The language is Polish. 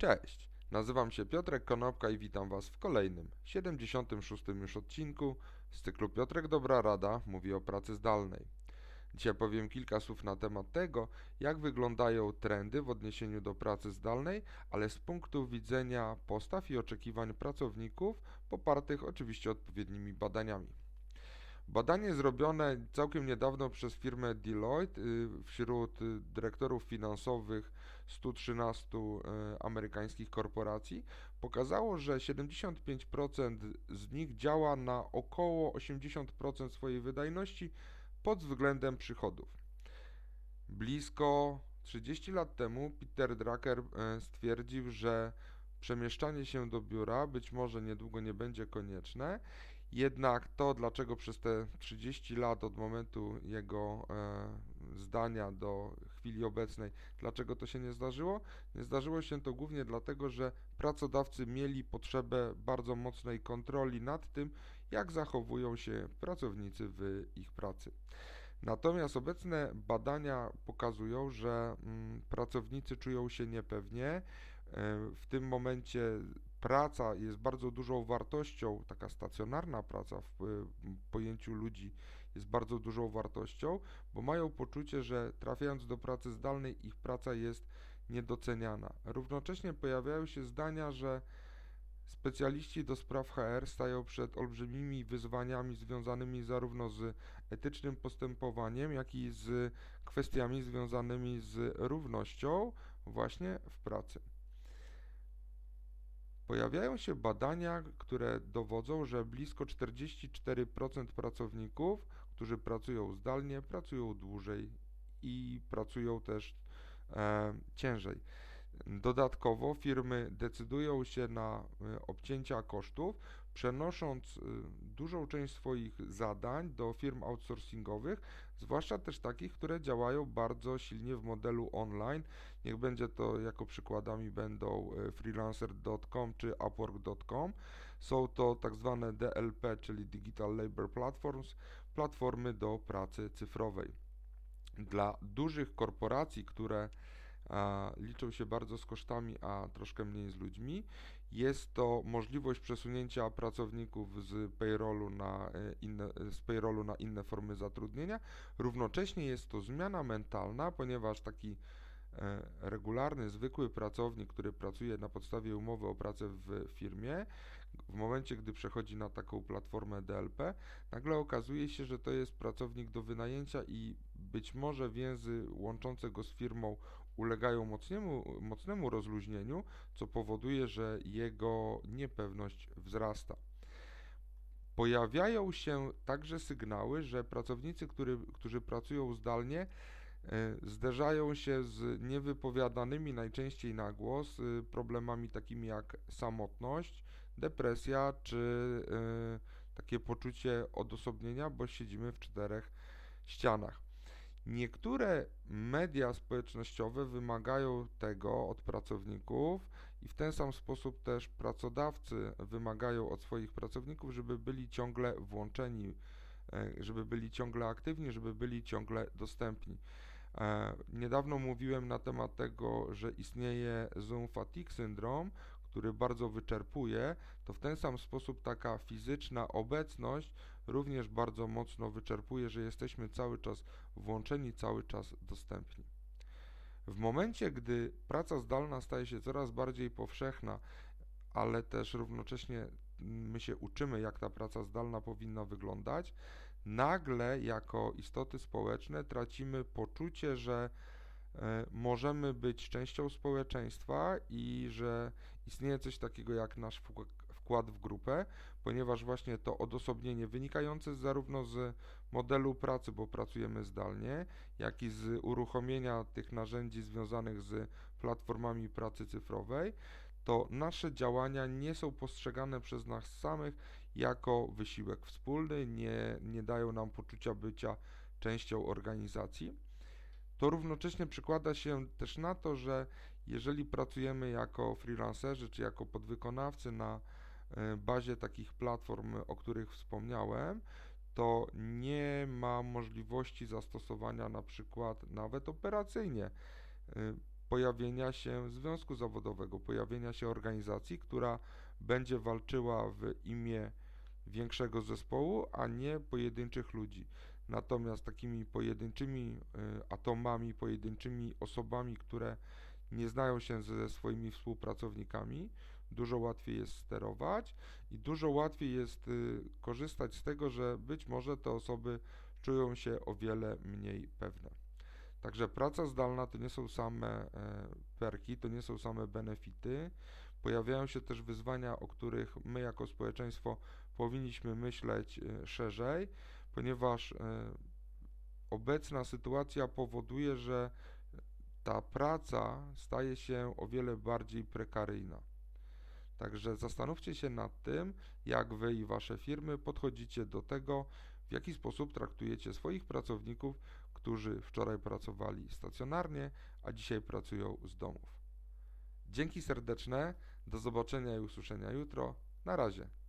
Cześć, nazywam się Piotrek Konopka i witam Was w kolejnym, 76. już odcinku z cyklu Piotrek Dobra Rada mówi o pracy zdalnej. Dzisiaj powiem kilka słów na temat tego, jak wyglądają trendy w odniesieniu do pracy zdalnej, ale z punktu widzenia postaw i oczekiwań pracowników, popartych oczywiście odpowiednimi badaniami. Badanie zrobione całkiem niedawno przez firmę Deloitte wśród dyrektorów finansowych 113 amerykańskich korporacji pokazało, że 75% z nich działa na około 80% swojej wydajności pod względem przychodów. Blisko 30 lat temu Peter Drucker stwierdził, że przemieszczanie się do biura być może niedługo nie będzie konieczne, jednak to, dlaczego przez te 30 lat od momentu jego zdania do chwili obecnej, dlaczego to się nie zdarzyło? Nie zdarzyło się to głównie dlatego, że pracodawcy mieli potrzebę bardzo mocnej kontroli nad tym, jak zachowują się pracownicy w ich pracy. Natomiast badania pokazują, że pracownicy czują się niepewnie. W tym momencie praca jest bardzo dużą wartością, taka stacjonarna praca w pojęciu ludzi jest bardzo dużą wartością, bo mają poczucie, że trafiając do pracy zdalnej ich praca jest niedoceniana. Równocześnie pojawiają się zdania, że specjaliści do spraw HR stają przed olbrzymimi wyzwaniami związanymi zarówno z etycznym postępowaniem, jak i z kwestiami związanymi z równością właśnie w pracy. Pojawiają się badania, które dowodzą, że blisko 44% pracowników, którzy pracują zdalnie, pracują dłużej i pracują też ciężej. Dodatkowo firmy decydują się na obcięcia kosztów, przenosząc dużą część swoich zadań do firm outsourcingowych, zwłaszcza też takich, które działają bardzo silnie w modelu online. Niech będzie to, jako przykładami będą freelancer.com czy upwork.com. Są to tak zwane DLP, czyli Digital Labor Platforms, platformy do pracy cyfrowej. Dla dużych korporacji, które liczą się bardzo z kosztami, a troszkę mniej z ludźmi. Jest to możliwość przesunięcia pracowników z payrollu na inne formy zatrudnienia. Równocześnie jest to zmiana mentalna, ponieważ taki regularny, zwykły pracownik, który pracuje na podstawie umowy o pracę w firmie, w momencie, gdy przechodzi na taką platformę DLP, nagle okazuje się, że to jest pracownik do wynajęcia i być może więzy łączące go z firmą ulegają mocnemu rozluźnieniu, co powoduje, że jego niepewność wzrasta. Pojawiają się także sygnały, że pracownicy, którzy pracują zdalnie, zderzają się z niewypowiadanymi najczęściej na głos problemami takimi jak samotność, depresja czy takie poczucie odosobnienia, bo siedzimy w czterech ścianach. Niektóre media społecznościowe wymagają tego od pracowników i w ten sam sposób też pracodawcy wymagają od swoich pracowników, żeby byli ciągle włączeni, żeby byli ciągle aktywni, żeby byli ciągle dostępni. Niedawno mówiłem na temat tego, że istnieje Zoom Fatigue Syndrome, który bardzo wyczerpuje, to w ten sam sposób taka fizyczna obecność również bardzo mocno wyczerpuje, że jesteśmy cały czas włączeni, cały czas dostępni. W momencie, gdy praca zdalna staje się coraz bardziej powszechna, ale też równocześnie my się uczymy, jak ta praca zdalna powinna wyglądać, nagle jako istoty społeczne tracimy poczucie, że możemy być częścią społeczeństwa i że istnieje coś takiego jak nasz wkład w grupę, ponieważ właśnie to odosobnienie wynikające zarówno z modelu pracy, bo pracujemy zdalnie, jak i z uruchomienia tych narzędzi związanych z platformami pracy cyfrowej, to nasze działania nie są postrzegane przez nas samych jako wysiłek wspólny, nie dają nam poczucia bycia częścią organizacji. To równocześnie przekłada się też na to, że jeżeli pracujemy jako freelancerzy czy jako podwykonawcy na bazie takich platform, o których wspomniałem, to nie ma możliwości zastosowania na przykład nawet operacyjnie pojawienia się związku zawodowego, pojawienia się organizacji, która będzie walczyła w imię większego zespołu, a nie pojedynczych ludzi. Natomiast takimi pojedynczymi atomami, pojedynczymi osobami, które nie znają się ze swoimi współpracownikami, dużo łatwiej jest sterować i dużo łatwiej jest korzystać z tego, że być może te osoby czują się o wiele mniej pewne. Także praca zdalna to nie są same perki, to nie są same benefity. Pojawiają się też wyzwania, o których my jako społeczeństwo powinniśmy myśleć szerzej, ponieważ obecna sytuacja powoduje, że ta praca staje się o wiele bardziej prekaryjna. Także zastanówcie się nad tym, jak wy i wasze firmy podchodzicie do tego, w jaki sposób traktujecie swoich pracowników, którzy wczoraj pracowali stacjonarnie, a dzisiaj pracują z domów. Dzięki serdeczne, do zobaczenia i usłyszenia jutro. Na razie.